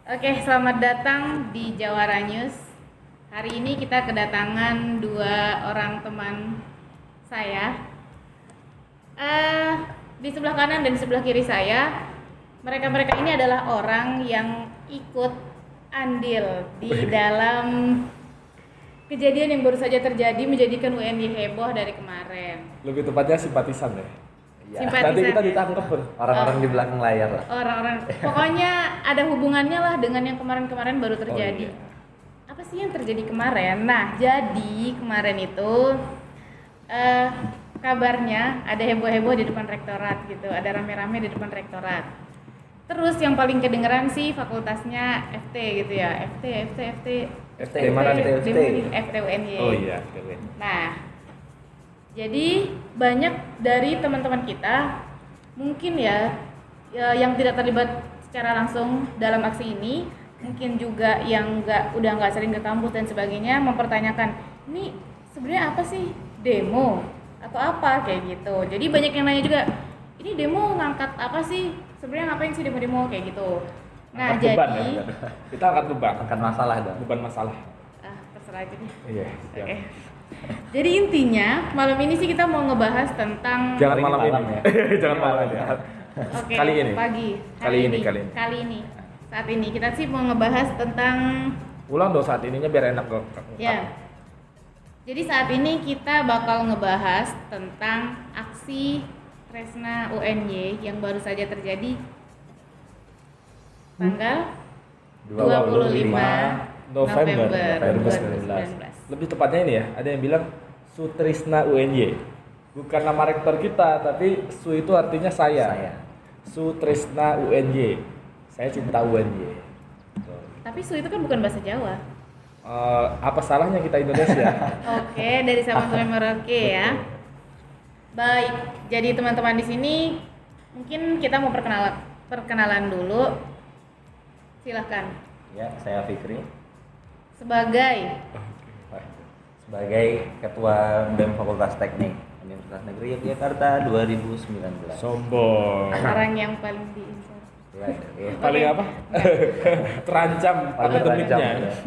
Oke, selamat datang di Jawara News. Hari ini kita kedatangan dua orang teman saya. Di sebelah kanan dan di sebelah kiri saya, mereka ini adalah orang yang ikut andil di dalam kejadian yang baru saja terjadi menjadikan UNY heboh dari kemarin. Lebih tepatnya simpatisan ya. Ya, Simpatisan Nanti kita ya? ditangkap orang-orang di belakang layar lah. Orang-orang, pokoknya ada hubungannya lah dengan yang kemarin-kemarin baru terjadi. iya. Apa sih yang terjadi kemarin? Nah, jadi kemarin itu kabarnya ada heboh-heboh di depan rektorat gitu, ada rame-rame di depan rektorat. Terus yang paling kedengeran sih fakultasnya FT gitu ya, FT mana nih? FT UNY. Oh iya, keren. Nah, jadi banyak dari teman-teman kita mungkin ya yang tidak terlibat secara langsung dalam aksi ini, mungkin juga yang udah nggak sering ke kampus dan sebagainya, mempertanyakan ini sebenarnya apa sih, demo atau apa kayak gitu. Jadi banyak yang nanya juga, ini demo ngangkat apa sih, sebenarnya ngapain sih demo-demo kayak gitu. Nah, Angkat beban, jadi ya. Kita angkat beban, Angkat masalah dong. beban masalah. terserah aja deh. Iya. siap. Oke. Jadi intinya malam ini sih kita mau ngebahas tentang Jangan Hari malam malam ini. ya. Jangan malam ya. Oke, Kali ini. pagi. Kali ini. Kali ini. Saat ini kita sih mau ngebahas tentang Ulang dong saat ininya biar enak kok. ya. Jadi saat ini kita bakal ngebahas tentang aksi Tresna UNY yang baru saja terjadi tanggal 25 November 2019. Lebih tepatnya ini ya, ada yang bilang Sutrisna UNY. Bukan nama rektor kita, tapi Su itu artinya saya. Sutrisna UNY. Saya cinta UNY. Tapi Su itu kan bukan bahasa Jawa. Apa salahnya kita Indonesia? Oke, dari sama-sama Merauke ya. Baik, jadi teman-teman di sini mungkin kita mau perkenalan dulu. Silahkan. Ya, saya Fikri Sebagai sebagai Ketua BEM Fakultas Teknik Universitas Negeri Yogyakarta 2019. Sombong. orang yang paling diincar. Ya. Paling apa? Terancam Paling akademiknya. terancam, ya.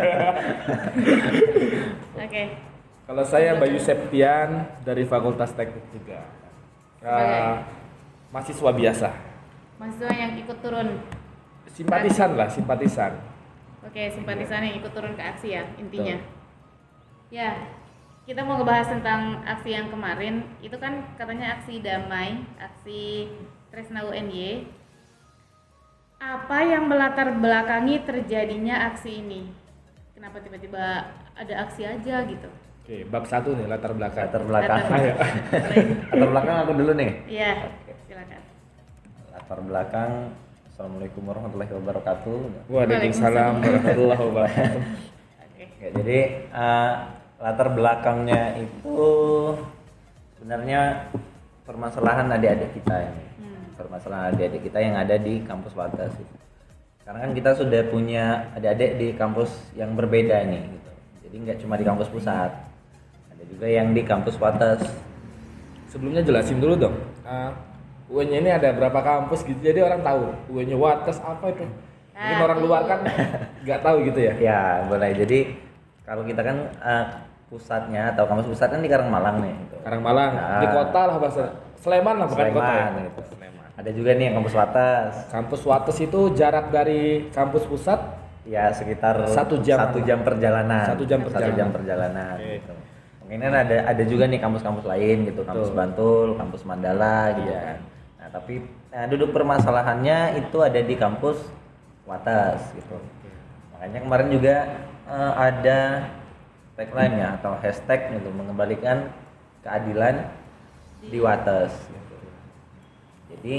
Oke. Kalau saya Bayu Septian dari Fakultas Teknik juga. Sebagai? Mahasiswa biasa. Mahasiswa yang ikut turun. Simpatisan lah, simpatisan. Oke, simpatisan yang ikut turun ke aksi ya, intinya. Ya, kita mau ngebahas tentang aksi yang kemarin. Itu kan katanya aksi damai, aksi Tresna UNY. Apa yang melatar belakangi terjadinya aksi ini? Kenapa tiba-tiba ada aksi aja gitu? Oke, bab 1 nih latar belakang. Latar belakang. Ayo. Latar belakang aku dulu nih. Iya, silakan. Latar belakang. Assalamualaikum warahmatullahi wabarakatuh. Waalaikumsalam warahmatullahi wabarakatuh. Oke. Ya, jadi latar belakangnya itu sebenarnya permasalahan adik-adik kita ini. Permasalahan adik-adik kita yang ada di kampus Wates gitu. Karena kan kita sudah punya adik-adik di kampus yang berbeda nih gitu. Jadi nggak cuma di kampus pusat, ada juga yang di kampus Wates. Sebelumnya jelasin dulu dong. UNY ini ada berapa kampus gitu. Jadi orang tahu UNY Wates apa itu. Mungkin orang luar kan nggak tahu gitu ya. Ya boleh. Jadi kalau kita kan pusatnya atau kampus pusat kan di Karangmalang nih. Gitu. Karangmalang, Nah, di kota lah bahasa. Sleman lah bukan kota ya. Sleman, gitu. Ada juga nih yang kampus Wates. Kampus Wates itu jarak dari kampus pusat Ya sekitar 1 jam. 1 jam perjalanan. 1 jam perjalanan. 1 jam perjalanan. Oke. Gitu. Mungkin kan ada juga nih kampus-kampus lain gitu, kampus Betul. Bantul, kampus Mandala gitu Iya. kan. Nah, tapi duduk permasalahannya itu ada di kampus Wates gitu. Makanya kemarin juga ada tagline-nya atau hashtag gitu, mengembalikan keadilan di Wates gitu. Jadi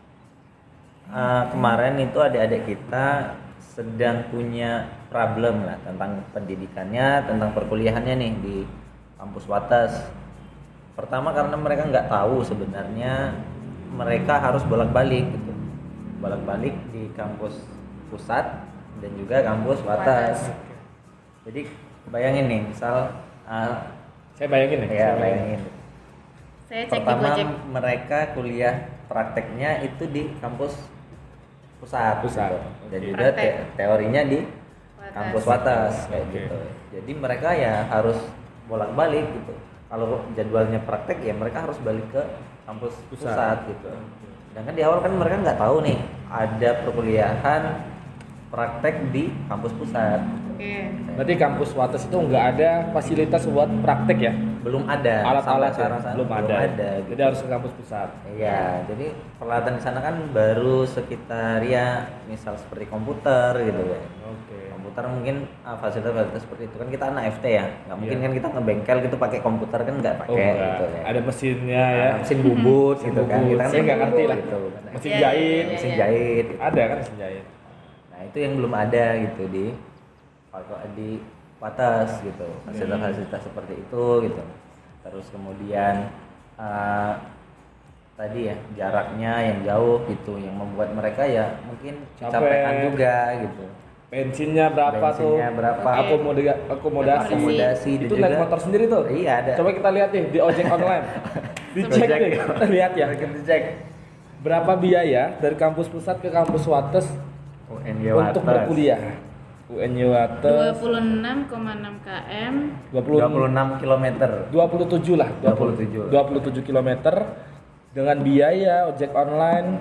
kemarin itu adik-adik kita sedang punya problem lah tentang pendidikannya, tentang perkuliahannya nih di kampus Wates. Pertama karena mereka nggak tahu sebenarnya mereka harus bolak-balik gitu, bolak-balik di kampus pusat dan juga kampus Wates. Jadi bayangin nih, misal Saya bayangin ya. ya bayangin. Saya cek di Pertama Gojek. mereka kuliah prakteknya itu di kampus pusat. Pusat. Gitu. Dan Oke. juga Praktek. teorinya di Watas. kampus Watas kayak Oke. gitu. Jadi mereka ya harus bolak-balik gitu. Kalau jadwalnya praktek ya mereka harus balik ke kampus pusat gitu. Sedangkan di awal kan mereka nggak tahu nih ada perkuliahan praktek di kampus pusat. Oke. Berarti kampus Wates itu nggak ada fasilitas buat praktek ya? Belum ada. Alat-alat sampai sekarang belum belum ada. gitu. Jadi harus ke kampus pusat. Iya, jadi peralatan di sana kan baru sekitar ya misal seperti komputer gitu ya. Oke. Komputer mungkin fasilitas seperti itu kan kita anak FT ya, nggak mungkin Iya. kan kita ngebengkel gitu pakai komputer kan nggak Oh, pakai enggak. gitu ya. Ada mesinnya ya. Mesin bubut gitu kan, bubut. kita kan Saya nggak ngerti lah. gitu. Mesin Iya, jahit. iya, Mesin iya. jahit. Gitu. Ada kan mesin jahit. Nah itu yang belum ada gitu di Wates gitu, fasilitas-fasilitas seperti itu gitu. Terus kemudian tadi ya jaraknya yang jauh gitu, yang membuat mereka ya mungkin Capek. capekan juga gitu. Bensinnya berapa Bensinnya tuh? berapa? Akomodasi. Akomodasi Itu dan naik juga- motor sendiri tuh. Iya, ada. Coba kita lihat nih di ojek online. Dicek Ojek. deh, kita lihat ya. Dicek. Berapa biaya dari kampus pusat ke kampus Wates UNY untuk Wates. berkuliah? UNY Wates 26,6 km. 26 km. 27 lah, 27. 27 km dengan biaya ojek online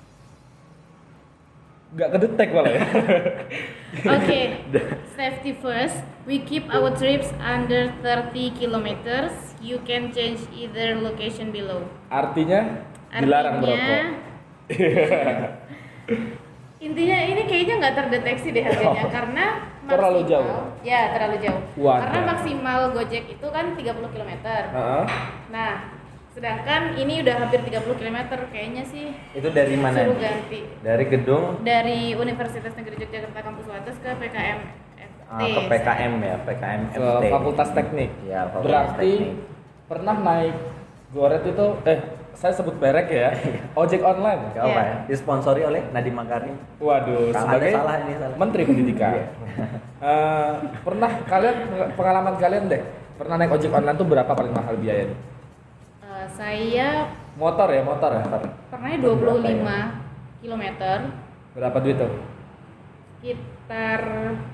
nggak kedetek malah ya. Oke. Safety first. We keep our trips under 30 kilometers. You can change either location below. Artinya dilarang merokok. Intinya ini kayaknya nggak terdeteksi deh harganya karena Terlalu maksimal- jauh. Ya, terlalu jauh. Wadah. Karena maksimal Gojek itu kan 30 km. Heeh. Nah, sedangkan ini udah hampir 30 km kayaknya sih. Itu dari mana? Suruh ganti. Dari gedung Dari Universitas Negeri Yogyakarta Kampus Wates ke PKM FT. ke PKM ya, PKM Ke FT. Fakultas Teknik. Ya, Fakultas Berarti Teknik. pernah naik Goret itu saya sebut merek ya. Ojek online. Gak apa Iya. ya? Disponsori oleh Nadiem Makarim. Waduh, Salah, sebagai salah ini, salah. Menteri Pendidikan. Iya. Pernah kalian pengalaman kalian deh, pernah naik ojek online tuh berapa paling mahal biayanya? Saya Motor ya, motor ya. pernahnya 25 km Berapa duit tuh? sekitar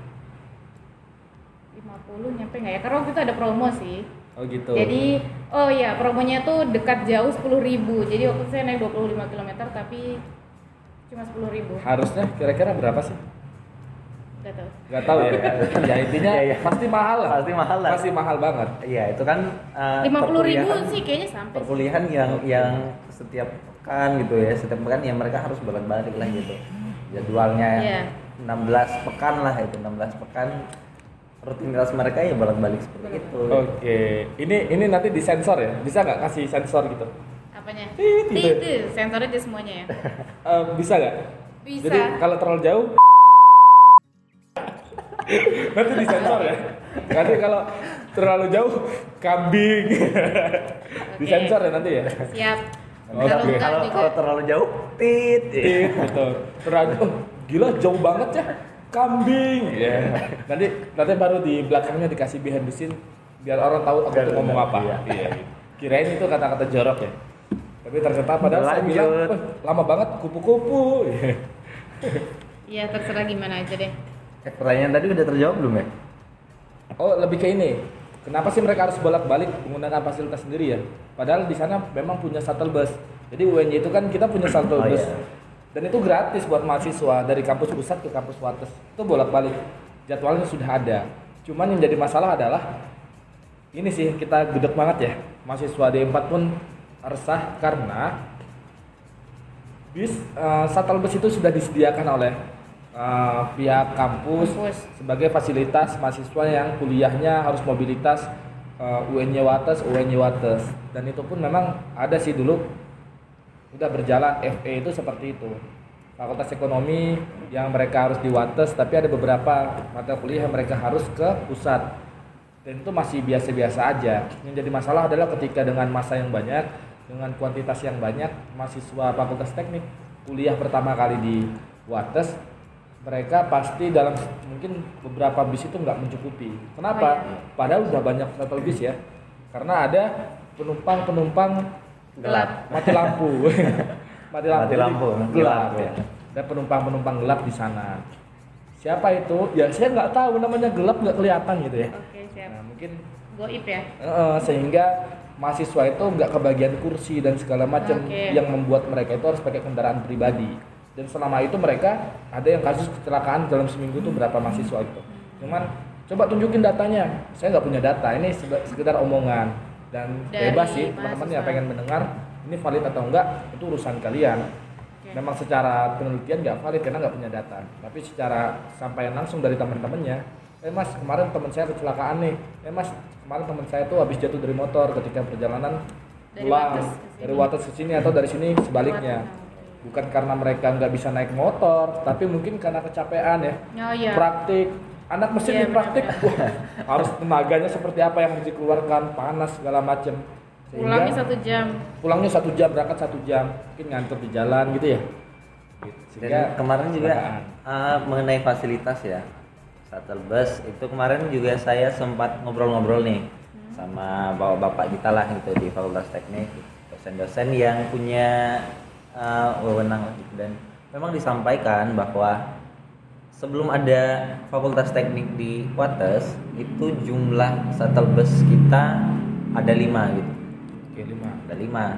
50 nyampe nggak ya? Karena waktu itu ada promo sih. Oh gitu. Jadi, oh ya promonya tuh dekat jauh 10.000. Jadi waktu itu saya naik 25 km tapi cuma 10.000. Harusnya kira-kira berapa sih? Gak tahu. Gak tahu ya. Ya intinya Iya, iya. pasti mahal lah. Pasti mahal lah. Pasti mahal banget. Iya, itu kan 50.000 perkuliahan- sih kayaknya sampai. perkuliahan yang setiap pekan gitu ya, setiap pekan ya mereka harus bolak-balik lah gitu. Jadwalnya Iya. 16 pekan lah itu, 16 pekan rutinitas mereka ya bolak-balik seperti itu. Oke. Ini nanti disensor ya? Bisa nggak kasih sensor gitu? Apanya? Tit, gitu. Itu sensornya di semuanya ya. Bisa nggak? Bisa. Jadi kalau terlalu jauh nanti disensor ya. Nanti kalau terlalu jauh kambing. Disensor ya nanti ya. Siap. Oke. Kalau enggak Kalau juga kalau terlalu jauh, tit. Tit, betul. Terlalu gila jauh banget ya. Kambing. Ya. Nanti baru di belakangnya dikasih behind the scene biar orang tahu aku tuh ngomong apa. Iya. Iya. Kirain itu kata-kata jorok ya. Tapi ternyata padahal saya Lanjut. bilang, "Wah, lama banget kupu-kupu." ya terserah gimana aja deh. Pertanyaan tadi udah terjawab belum ya? Oh, lebih ke ini. Kenapa sih mereka harus bolak-balik menggunakan fasilitas sendiri ya? Padahal di sana memang punya shuttle bus. Jadi UNY itu kan kita punya shuttle Oh, bus. iya. Dan itu gratis buat mahasiswa dari kampus pusat ke kampus Wates. Itu bolak-balik. Jadwalnya sudah ada. Cuman yang jadi masalah adalah ini sih kita gudeg banget ya. Mahasiswa D4 pun resah karena shuttle bus itu sudah disediakan oleh pihak kampus sebagai fasilitas mahasiswa yang kuliahnya harus mobilitas UNY Wates dan itu pun memang ada sih dulu udah berjalan FE itu seperti itu, fakultas ekonomi yang mereka harus di Wates tapi ada beberapa mata kuliah yang mereka harus ke pusat dan itu masih biasa-biasa aja. Yang jadi masalah adalah ketika dengan massa yang banyak, dengan kuantitas yang banyak mahasiswa fakultas teknik kuliah pertama kali di Wates, mereka pasti dalam mungkin beberapa bis itu nggak mencukupi. Kenapa? Padahal udah banyak shuttle bis ya. Karena ada penumpang Gelap. mati lampu. mati lampu. Mati lampu, Jadi gelap lampu. ya. ada penumpang-penumpang gelap di sana. Siapa itu? Ya saya nggak tahu, namanya gelap nggak kelihatan gitu ya. Oke, siap. Nah, mungkin Goib ya. sehingga mahasiswa itu nggak kebagian kursi dan segala macam yang membuat mereka itu harus pakai kendaraan pribadi. Dan selama itu mereka ada yang kasus kecelakaan dalam seminggu itu berapa mahasiswa itu. Cuman coba tunjukin datanya. Saya nggak punya data. Ini sekedar omongan dan Dari bebas sih teman-teman yang pengen mendengar ini valid atau enggak itu urusan kalian. Memang secara penelitian nggak valid karena nggak punya data. Tapi secara sampaian langsung dari teman-temannya, mas kemarin teman saya kecelakaan nih. Mas kemarin teman saya tuh habis jatuh dari motor ketika perjalanan pulang dari Wates ke sini atau dari sini sebaliknya. Bukan karena mereka nggak bisa naik motor, tapi mungkin karena kecapean ya. Praktik, anak mesin di praktik, harus tenaganya seperti apa yang harus dikeluarkan, panas segala macam. Pulangnya 1 jam. Pulangnya 1 jam, berangkat 1 jam, mungkin ngantuk di jalan gitu ya. Dan kemarin juga mengenai fasilitas ya, shuttle bus itu kemarin juga saya sempat ngobrol-ngobrol nih sama bapak-bapak kita lah gitu di Fakultas Teknik, dosen-dosen yang punya wewenang gitu. Dan memang disampaikan bahwa sebelum ada Fakultas Teknik di Wates itu jumlah shuttle bus kita ada 5 gitu. Oke, 5. Ada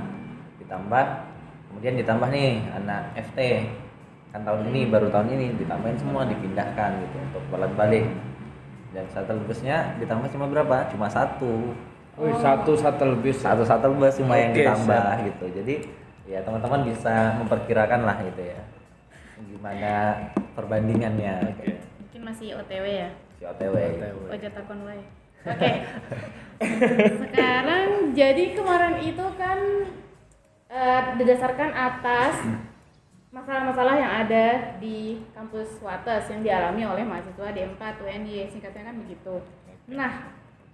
5. Ditambah nih anak FT kan tahun ini baru tahun ini ditambahin semua, dipindahkan gitu untuk balik-balik. Dan shuttle busnya ditambah cuma berapa? Cuma 1. Satu shuttle bus. Satu shuttle bus cuma yang ditambah gitu. Jadi ya teman-teman bisa memperkirakan lah gitu ya gimana perbandingannya. Mungkin masih OTW ya. OTW. Ojo takon wae. Oke. Sekarang jadi kemarin itu kan didasarkan atas masalah-masalah yang ada di kampus Wates yang dialami oleh mahasiswa D4 UNY, singkatnya kan begitu. Nah,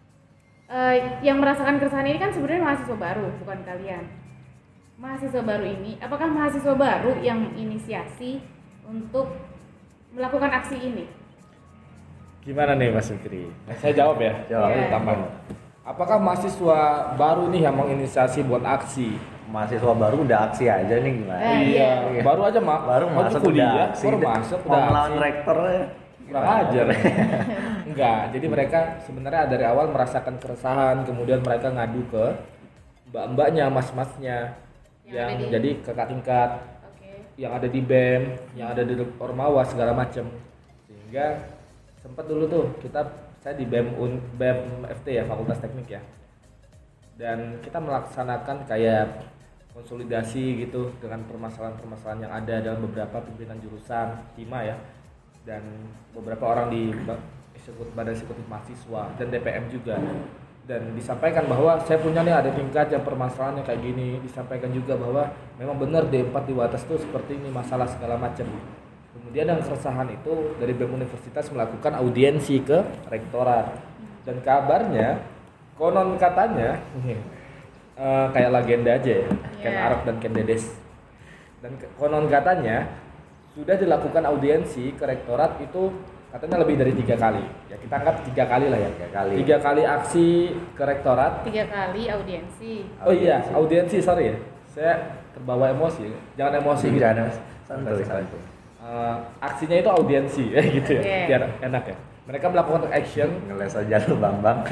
yang merasakan keresahan ini kan sebenarnya mahasiswa baru, bukan kalian. Mahasiswa baru ini, apakah mahasiswa baru yang inisiasi untuk melakukan aksi ini? Gimana nih Mas Fikri? Saya jawab ya. Tambah. Apakah mahasiswa baru nih yang menginisiasi buat aksi? Mahasiswa baru udah aksi aja nih gimana? Iya. Baru aja baru masuk kuliah, baru masuk udah melawan rektor ya. Kurang ajar. Enggak, jadi mereka sebenarnya dari awal merasakan keresahan, kemudian mereka ngadu ke mbak-mbaknya, mas-masnya yang jadi kakak tingkat, yang ada di BEM, yang ada di Ormawa segala macam. Sehingga sempat dulu tuh saya di BEM FT ya, Fakultas Teknik ya. Dan kita melaksanakan kayak konsolidasi gitu dengan permasalahan-permasalahan yang ada dalam beberapa pimpinan jurusan HIMA ya, dan beberapa orang di Badan Eksekutif Mahasiswa dan DPM juga. Dan disampaikan bahwa saya punya nih ada tingkat yang permasalahannya kayak gini. Disampaikan juga bahwa memang benar D4 di Wates tuh seperti ini, masalah segala macam. Kemudian dengan keresahan itu dari BEM Universitas melakukan audiensi ke rektorat. Dan kabarnya konon katanya kayak legenda aja ya, Ken Arok dan Ken Dedes. Dan konon katanya sudah dilakukan audiensi ke rektorat itu katanya lebih dari 3 kali. Ya kita anggap 3 kali lah ya. 3 kali aksi ke rektorat. 3 kali audiensi. Oh iya, audiensi, sorry ya. Saya terbawa emosi. Jangan emosi gitu. Santai. Aksinya itu audiensi ya gitu ya. Biar enak ya. Mereka melakukan action ngeles aja lu Bambang.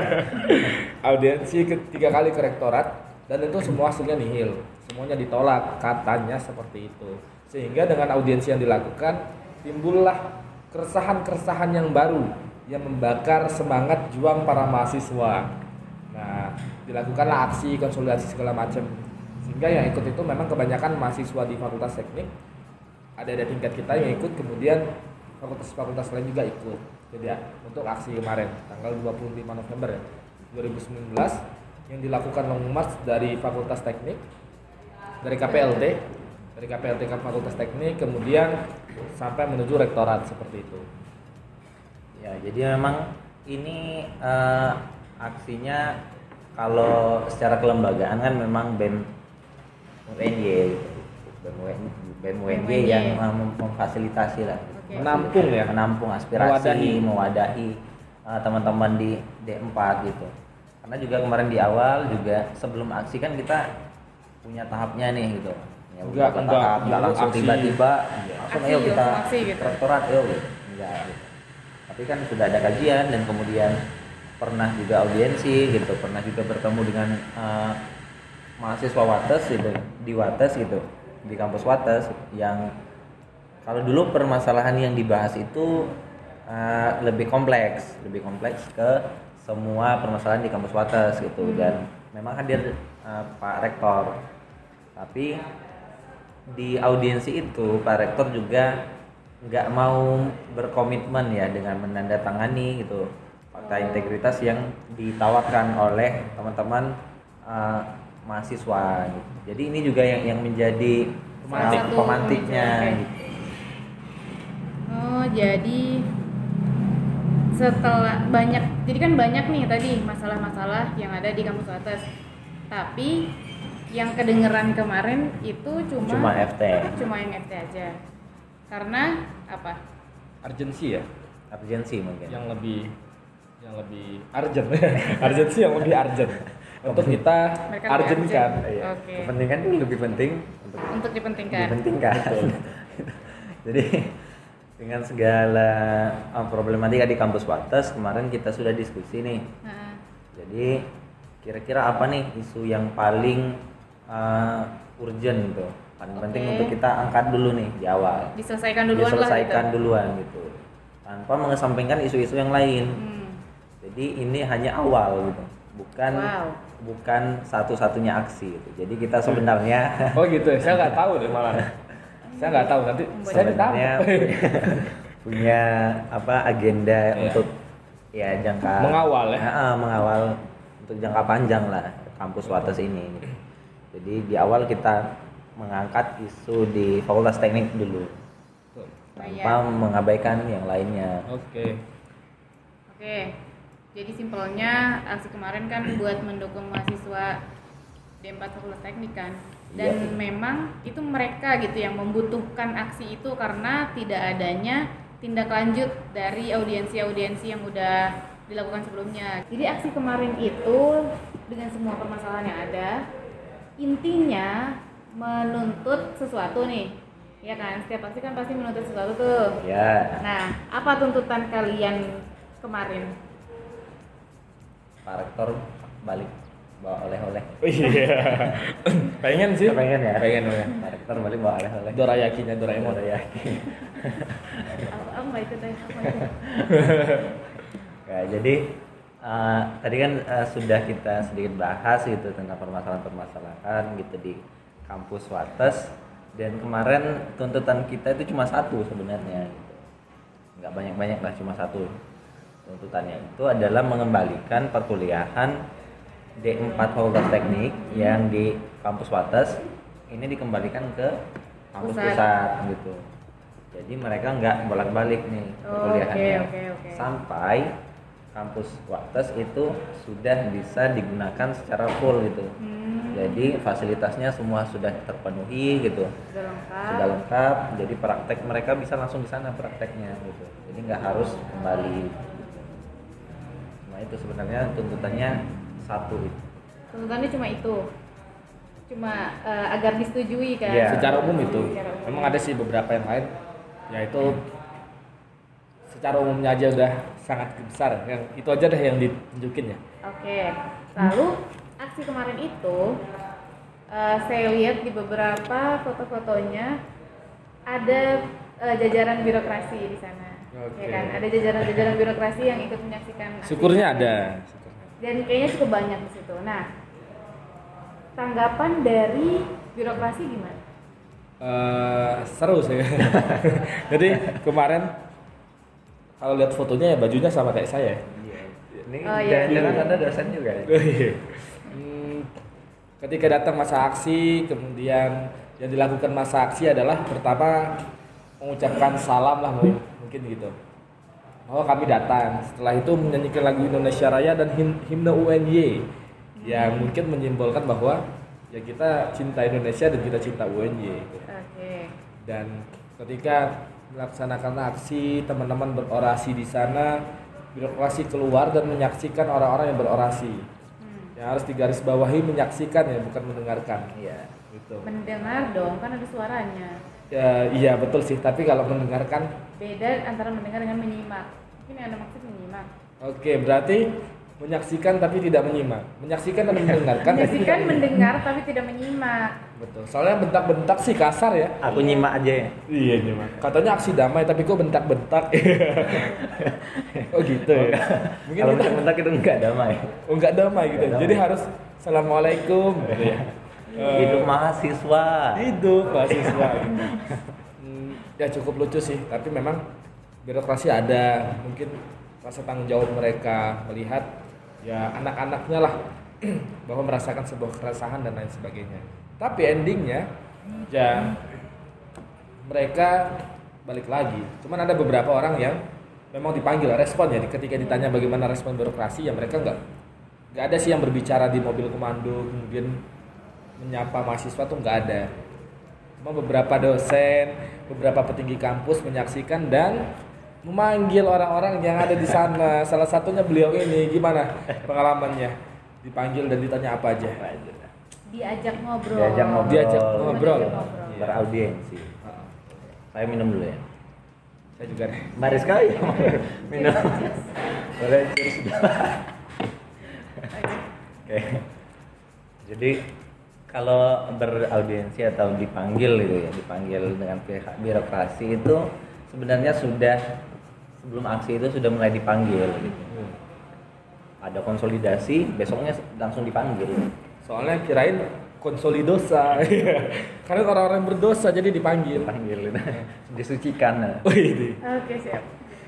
Audiensi 3 kali ke rektorat dan itu semua hasilnya nihil. Semuanya ditolak, katanya seperti itu. Sehingga dengan audiensi yang dilakukan timbullah keresahan-keresahan yang baru yang membakar semangat juang para mahasiswa. Nah, dilakukanlah aksi, konsolidasi segala macam. Sehingga yang ikut itu memang kebanyakan mahasiswa di Fakultas Teknik. Ada tingkat kita yang ikut, kemudian fakultas-fakultas lain juga ikut. Jadi ya, untuk aksi kemarin tanggal 25 November ya, 2019 yang dilakukan long march dari Fakultas Teknik, dari KPLT kan Fakultas Teknik, kemudian sampai menuju rektorat seperti itu. Ya, jadi memang ini aksinya kalau secara kelembagaan kan memang BEM UNY gitu. BEM UNY yang memfasilitasi lah. Menampung aspirasi, mewadahi teman-teman di D4 gitu. Karena juga kemarin di awal juga sebelum aksi kan kita punya tahapnya nih gitu. Ya, Enggak, nggak langsung aksi. tiba-tiba langsung Aksi, ayo kita langsung aksi gitu. rektorat ayo gitu. Enggak gitu. Tapi kan sudah ada kajian dan kemudian pernah juga audiensi gitu, pernah juga bertemu dengan mahasiswa Wates gitu, di Wates gitu, di kampus Wates yang kalau dulu permasalahan yang dibahas itu lebih kompleks ke semua permasalahan di kampus Wates gitu, dan memang hadir Pak Rektor. Tapi di audiensi itu Pak Rektor juga nggak mau berkomitmen ya dengan menandatangani gitu fakta integritas yang ditawarkan oleh teman-teman mahasiswa gitu. Jadi ini juga yang menjadi pemantiknya gitu. Oh, jadi setelah jadi kan banyak nih tadi masalah-masalah yang ada di kampus atas. Tapi yang kedengeran kemarin itu cuma FT. Cuma yang FT aja. Karena apa? Urgensi ya, Urgensi mungkin. yang lebih urgent. Urgensi yang lebih urgent untuk kita Mereka lebih urgentkan. urgent. Iya. Oke. Kepentingan itu lebih penting Untuk dipentingkan. Jadi dengan segala problematika di kampus Wates kemarin kita sudah diskusi nih. Nah, Jadi kira-kira apa nih isu yang paling urgent gitu, paling penting Oke. untuk kita angkat dulu nih di awal. diselesaikan duluan Diselesaikan lah gitu. duluan gitu, tanpa mengesampingkan isu-isu yang lain. Jadi ini hanya awal gitu, bukan satu-satunya aksi gitu. Jadi kita sebenarnya Oh gitu ya, saya nggak tahu deh malah. Saya nggak tahu, nanti saya sebenarnya ditangkap. punya agenda untuk ya jangka Mengawal ya. mengawal untuk jangka panjang lah kampus Wates ini gitu. Jadi di awal kita mengangkat isu di Fakultas Teknik dulu tanpa mengabaikan yang lainnya. Oke. Jadi simpelnya aksi kemarin kan buat mendukung mahasiswa D4 Fakultas Teknik kan. Dan Iya. memang itu mereka gitu yang membutuhkan aksi itu karena tidak adanya tindak lanjut dari audiensi-audiensi yang udah dilakukan sebelumnya. Jadi aksi kemarin itu dengan semua permasalahan yang ada, intinya menuntut sesuatu nih. Ya kan, setiap aksi kan pasti menuntut sesuatu tuh. Ya, Nah, apa tuntutan kalian kemarin? Pak Rektor balik bawa oleh-oleh. Iya. Pengen sih. Pengen ya? Pengen ya. Pak Rektor balik bawa oleh-oleh. Dorayakinya Doraemon. Aku nggak ikut deh. Ya, jadi tadi kan sudah kita sedikit bahas gitu tentang permasalahan-permasalahan gitu di kampus Wates, dan kemarin tuntutan kita itu cuma satu sebenarnya gitu. Nggak banyak-banyak lah, cuma satu tuntutannya itu adalah mengembalikan perkuliahan D4 Fakultas Teknik yang di kampus Wates ini dikembalikan ke kampus pusat gitu. Jadi mereka nggak bolak-balik nih perkuliahannya Oke. sampai kampus Wates itu sudah bisa digunakan secara full gitu. Jadi fasilitasnya semua sudah terpenuhi gitu, sudah lengkap. Jadi praktek mereka bisa langsung di sana prakteknya gitu. Jadi nggak harus kembali. Nah itu sebenarnya tuntutannya satu itu. Tuntutannya cuma itu, agar disetujui kan? Iya. Secara umum itu. Secara umum. Memang ada sih beberapa yang lain, yaitu secara umumnya aja udah sangat besar. Yang itu aja deh yang ditunjukin ya. Oke. Lalu aksi kemarin itu saya lihat di beberapa foto-fotonya ada jajaran birokrasi di sana. Oke. Ya kan? Ada jajaran birokrasi yang ikut menyaksikan aksi. Syukurnya ada. Dan kayaknya cukup banyak di situ. Nah, tanggapan dari birokrasi gimana? Seru sih. Jadi kemarin kalau lihat fotonya ya bajunya sama kayak saya. Ini iya. jangan ada dosen juga ya? Ketika datang masa aksi, kemudian yang dilakukan masa aksi adalah pertama mengucapkan salam lah mungkin gitu. Oh kami datang. Setelah itu menyanyikan lagu Indonesia Raya dan himne UNY yang mungkin menyimbolkan bahwa ya kita cinta Indonesia dan kita cinta UNY. Oke. Dan ketika melaksanakan aksi, teman-teman berorasi di sana, birokrasi keluar dan menyaksikan orang-orang yang berorasi. Yang harus digarisbawahi menyaksikan ya, bukan mendengarkan. Iya. Gitu. Mendengar dong, kan ada suaranya. Ya, iya betul sih, tapi kalau mendengarkan Beda antara mendengar dengan menyimak. Mungkin yang Anda maksud menyimak. oke, berarti menyaksikan tapi tidak menyimak. Menyaksikan dan mendengarkan. Menyaksikan mendengar tapi tidak menyimak. Betul. Soalnya bentak-bentak sih kasar ya. Aku nyimak aja ya. Iya nyimak. Katanya aksi damai tapi kok bentak-bentak. Oh gitu ya. Mungkin Kalau kita bentak itu enggak damai. enggak damai gitu. Enggak damai. Jadi harus assalamualaikum gitu ya. Hidup mahasiswa. Hidup mahasiswa. Ya cukup lucu sih, tapi memang birokrasi ada, mungkin rasa tanggung jawab mereka melihat ya anak-anaknya lah bahwa merasakan sebuah keresahan dan lain sebagainya. Tapi endingnya ya mereka balik lagi. Cuman ada beberapa orang yang memang dipanggil respon ya, ketika ditanya bagaimana respon birokrasi ya mereka nggak ada sih yang berbicara di mobil komando kemudian menyapa mahasiswa tuh nggak ada. Cuma beberapa dosen, beberapa petinggi kampus menyaksikan dan memanggil orang-orang yang ada di sana. Salah satunya beliau ini, gimana pengalamannya? Dipanggil dan ditanya apa aja? Diajak ngobrol. Diajak ngobrol. Diajak ngobrol. Iya. Beraudiensi. Saya minum dulu ya. Saya juga nih. Mari sekali minum. Boleh cheers. Oke. Jadi kalau beraudiensi atau dipanggil gitu ya, dipanggil dengan pihak birokrasi itu sebenarnya sudah sebelum aksi itu sudah mulai dipanggil gitu. Ada konsolidasi, besoknya langsung dipanggil. Soalnya kirain konsolidosa. Karena orang-orang berdosa jadi dipanggil. Dipanggil gitu. Disucikan. Oh ini. Oke, siap.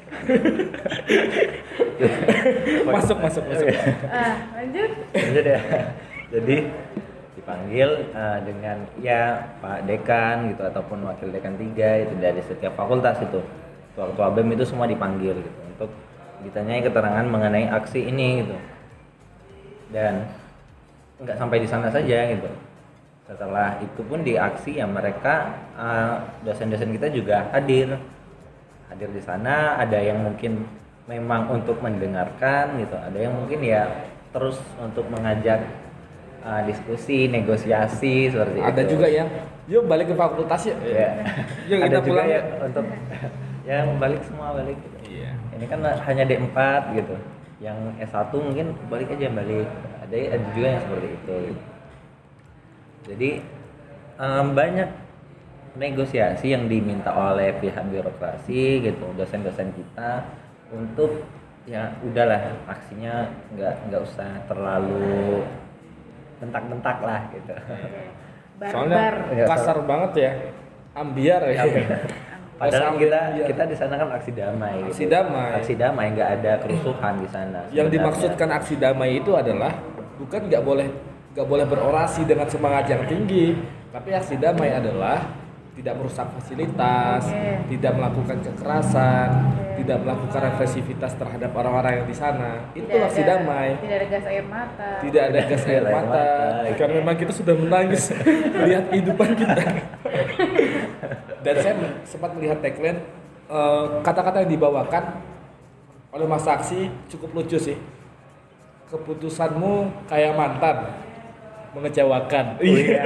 Masuk. Lanjut. Lanjut ya. Jadi dipanggil dengan ya Pak Dekan gitu ataupun Wakil Dekan 3 itu dari setiap fakultas itu. Ketua BEM itu semua dipanggil gitu untuk ditanyai keterangan mengenai aksi ini gitu. Dan nggak sampai di sana saja gitu. Setelah itu pun di aksi ya mereka dosen-dosen kita juga hadir di sana. Ada yang mungkin memang untuk mendengarkan gitu, ada yang mungkin ya terus untuk mengajak diskusi, negosiasi seperti Ada itu. juga yang yuk balik ke fakultas ya. Ya. Yuk Ada kita juga pulang ya untuk yang balik semua balik gitu. Iya. Ini kan hanya D4 gitu. Yang S1 mungkin balik aja. Ada juga yang seperti itu gitu. Jadi banyak negosiasi yang diminta oleh pihak birokrasi gitu, dosen-dosen kita untuk ya udahlah aksinya nggak usah terlalu bentak-bentak lah gitu. Soalnya kasar banget ya, ambiar ya. Padahal kita di sana kan aksi damai. Aksi gitu. damai. Aksi damai, nggak ada kerusuhan di sana. Yang sebenarnya. dimaksudkan aksi damai itu adalah bukan nggak boleh berorasi dengan semangat yang tinggi, tapi aksi damai adalah tidak merusak fasilitas, tidak melakukan kekerasan, tidak melakukan represivitas terhadap orang-orang yang di sana. Itu aksi damai. Tidak ada gas air mata. Tidak ada gas air mata. Karena memang kita sudah menangis melihat kehidupan kita. Dan saya sempat melihat tagline kata-kata yang dibawakan oleh Mas Aksi cukup lucu sih. Keputusanmu kayak mantan, mengecewakan. Iya.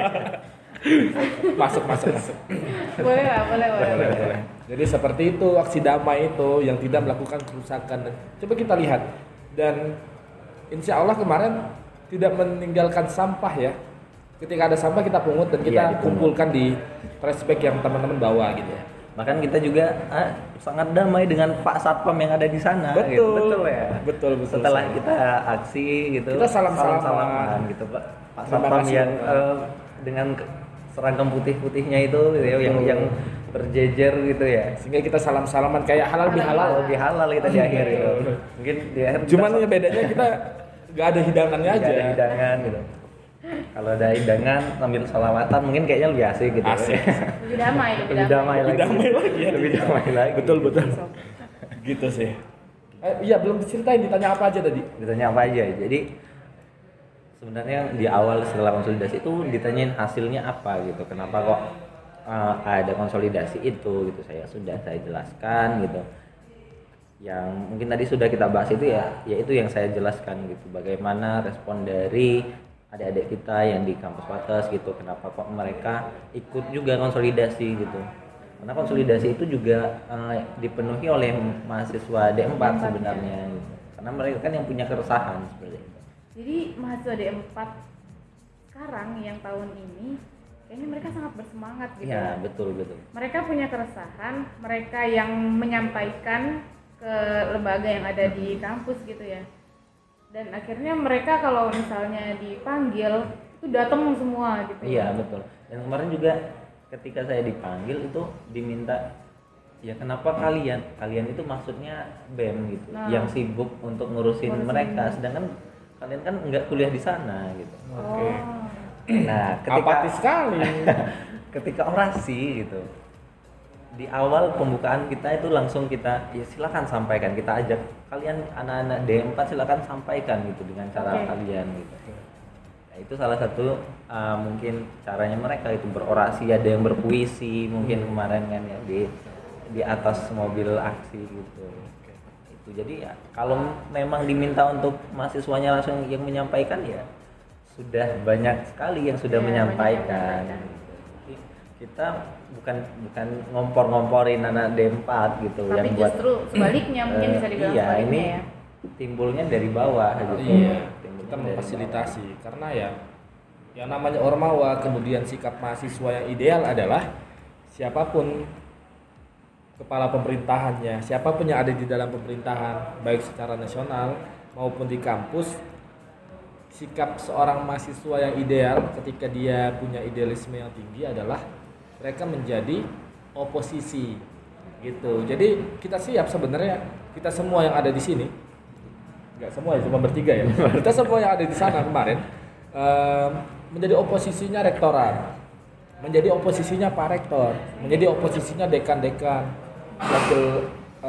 Masuk. Boleh. Jadi seperti itu aksi damai itu yang tidak melakukan kerusakan. Coba kita lihat dan insya Allah kemarin tidak meninggalkan sampah ya. Ketika ada sampah kita pungut dan kita kumpulkan di trash bag yang teman-teman bawa gitu ya. Bahkan kita juga sangat damai dengan Pak Satpam yang ada di sana. Betul. Gitu. Betul ya. Betul. Setelah kita aksi gitu. Kita salam-salaman gitu Pak Satpam yang dengan seragam putih-putihnya itu gitu ya, yang berjejer gitu ya. Sehingga kita salam-salaman kayak halal halal kita di akhir gitu. Mungkin di akhir. Cuman ya bedanya kita nggak ada hidangannya aja. Nggak ada hidangan gitu. Kalau ada hidangan sambil salawatan mungkin kayaknya lebih asik gitu. Asik. Lebih damai lagi. Betul. Gitu sih. Iya belum diceritain ditanya apa aja tadi. Ditanya apa aja. Jadi sebenarnya di awal setelah konsolidasi itu ditanyain hasilnya apa gitu. Kenapa kok ada konsolidasi itu gitu. Saya jelaskan gitu. Yang mungkin tadi sudah kita bahas itu ya itu yang saya jelaskan gitu. Bagaimana respon dari adik-adik kita yang di kampus Wates gitu, kenapa kok mereka ikut juga konsolidasi gitu. Karena konsolidasi itu juga dipenuhi oleh mahasiswa D4 sebenarnya gitu. Karena mereka kan yang punya keresahan seperti itu. Jadi mahasiswa D4 sekarang yang tahun ini kayaknya mereka sangat bersemangat gitu. Iya, betul. Mereka punya keresahan, mereka yang menyampaikan ke lembaga yang ada di kampus gitu ya. Dan akhirnya mereka kalau misalnya dipanggil itu datang semua gitu. Iya, betul. Dan kemarin juga ketika saya dipanggil itu diminta, ya kenapa kalian itu maksudnya BEM gitu, yang sibuk untuk ngurusin mereka, sedangkan kalian kan nggak kuliah di sana gitu. Oke. Nah, Apatis sekali. ketika orasi gitu, di awal pembukaan kita itu langsung kita, ya silakan sampaikan, kita ajak kalian anak-anak D4 silakan sampaikan gitu dengan cara kalian gitu. Nah, itu salah satu mungkin caranya mereka itu berorasi, ada yang berpuisi mungkin kemarin kan ya di atas mobil aksi gitu. Itu jadi ya kalau memang diminta untuk mahasiswanya langsung yang menyampaikan, ya sudah banyak sekali yang sudah menyampaikan. Kita bukan ngompor-ngomporin anak D4 gitu. Tapi yang justru sebaliknya mungkin bisa dibilang iya, sebaliknya ini ya. timbulnya dari bawah gitu. Iya. Timbulnya Kita dari memfasilitasi karena ya yang namanya ormawa, kemudian sikap mahasiswa yang ideal adalah siapapun kepala pemerintahannya, siapapun yang ada di dalam pemerintahan, baik secara nasional maupun di kampus, sikap seorang mahasiswa yang ideal ketika dia punya idealisme yang tinggi adalah mereka menjadi oposisi gitu. Jadi kita siap sebenarnya, kita semua yang ada di sini, nggak semua ya, cuma bertiga ya, kita semua yang ada di sana kemarin menjadi oposisinya rektorat, menjadi oposisinya Pak Rektor, menjadi oposisinya dekan-dekan, wakil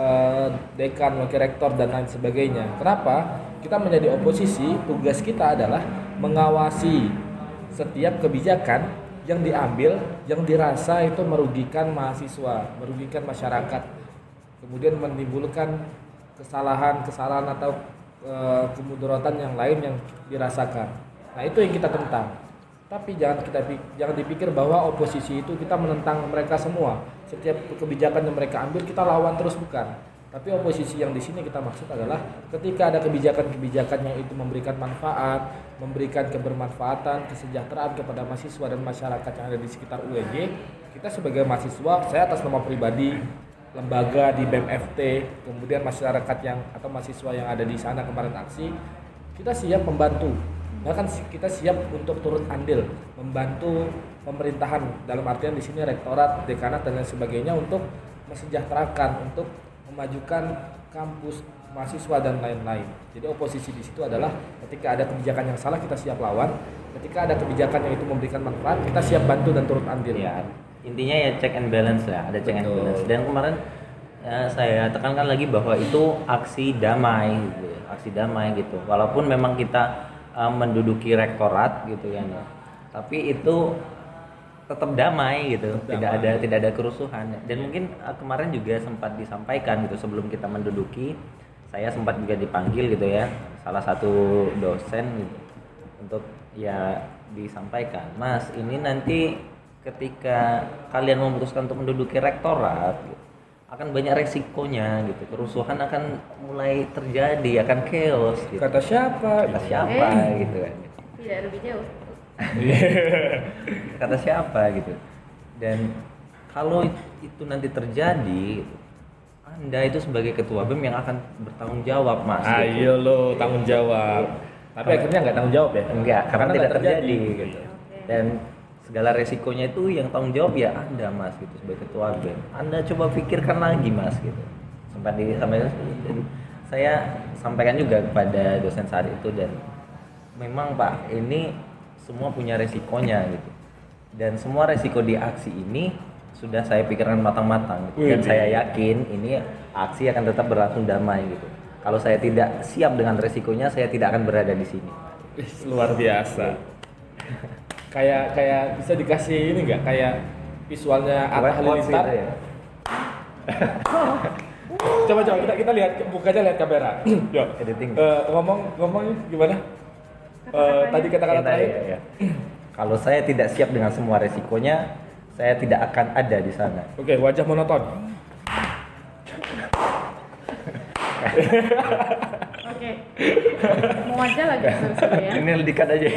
dekan, wakil rektor dan lain sebagainya. Kenapa? Kita menjadi oposisi, tugas kita adalah mengawasi setiap kebijakan yang diambil, yang dirasa itu merugikan mahasiswa, merugikan masyarakat, kemudian menimbulkan kesalahan atau kemudaratan yang lain yang dirasakan. Nah, itu yang kita tentang. Tapi jangan dipikir bahwa oposisi itu kita menentang mereka semua. Setiap kebijakan yang mereka ambil kita lawan terus, bukan. Tapi oposisi yang di sini kita maksud adalah ketika ada kebijakan-kebijakan yang itu memberikan manfaat, memberikan kebermanfaatan, kesejahteraan kepada mahasiswa dan masyarakat yang ada di sekitar UNJ, kita sebagai mahasiswa, saya atas nama pribadi, lembaga di BEM-FT, kemudian masyarakat yang atau mahasiswa yang ada di sana kemarin aksi, kita siap membantu. Bahkan kita siap untuk turut andil membantu pemerintahan, dalam artian di sini rektorat, dekanat dan lain sebagainya, untuk mesejahterakan, untuk memajukan kampus, mahasiswa dan lain-lain. Jadi oposisi di situ adalah ketika ada kebijakan yang salah kita siap lawan, ketika ada kebijakan yang itu memberikan manfaat kita siap bantu dan turut andil. Ya, intinya ya check and balance ya, ada check and balance. Dan kemarin ya, saya tekankan lagi bahwa itu aksi damai gitu, aksi damai gitu. Walaupun memang kita menduduki rektorat gitu kan ya, tapi itu tetap damai gitu, tidak ada kerusuhan. Dan mungkin kemarin juga sempat disampaikan gitu sebelum kita menduduki, saya sempat juga dipanggil gitu ya, salah satu dosen gitu, untuk ya disampaikan, Mas, ini nanti ketika kalian memutuskan untuk menduduki rektorat gitu, akan banyak resikonya gitu, kerusuhan akan mulai terjadi, akan chaos gitu. Kata siapa Gitu kan. Tidak lebih jauh. Kata siapa gitu. Dan kalau itu nanti terjadi gitu, Anda itu sebagai ketua BEM yang akan bertanggung jawab, Mas. Ayo lo tanggung jawab. Tapi akhirnya nggak tanggung jawab ya? Enggak, karena tidak terjadi gitu. Dan segala resikonya itu yang tanggung jawab ya Anda, Mas, gitu, sebagai ketua BEM. Anda coba pikirkan lagi, Mas, gitu. Sempat disampaikan, saya sampaikan juga kepada dosen saat itu, dan memang Pak, ini semua punya resikonya gitu. Dan semua resiko di aksi ini sudah saya pikirkan matang-matang gitu. Dan saya yakin ini aksi akan tetap berlangsung damai gitu. Kalau saya tidak siap dengan resikonya, saya tidak akan berada di sini. Luar biasa. Kayak bisa dikasih ini nggak, kayak visualnya Atta Halilintar ya? coba kita lihat, bukanya lihat kamera. Yuk. Editing. Ngomong gimana? Tadi kata-kata terakhir. Ya. Kalau saya tidak siap dengan semua resikonya, saya tidak akan ada di sana. Oke, wajah monoton. Oke. Mau aja lagi seru-seru ya. Ini dikat aja.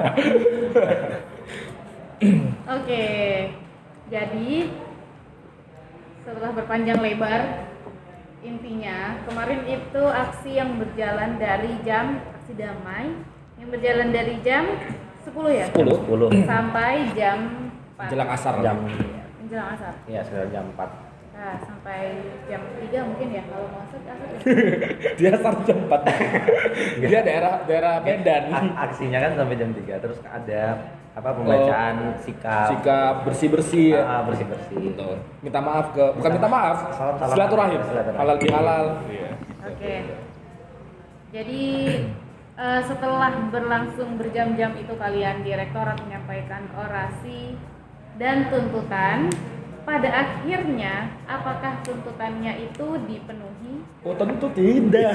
Oke. Jadi setelah berpanjang lebar, intinya kemarin itu aksi yang berjalan dari aksi damai yang berjalan dari jam 10 ya? 10 sampai jam 4. Menjelang asar. Menjelang asar. Iya, sekitar jam 4. Nah, sampai jam 3 mungkin ya kalau mau asar ya. Dia asar jam 4. Dia daerah Medan. Aksinya kan sampai jam 3, terus ada pembacaan sikap bersih-bersih ya. Bersih-bersih. Betul. Minta maaf bukan minta maaf, silaturahim. Halal bihalal. Iya. Oke. Jadi setelah berlangsung berjam-jam itu kalian di rektorat menyampaikan orasi dan tuntutan, pada akhirnya apakah tuntutannya itu dipenuhi? Oh, tentu tidak.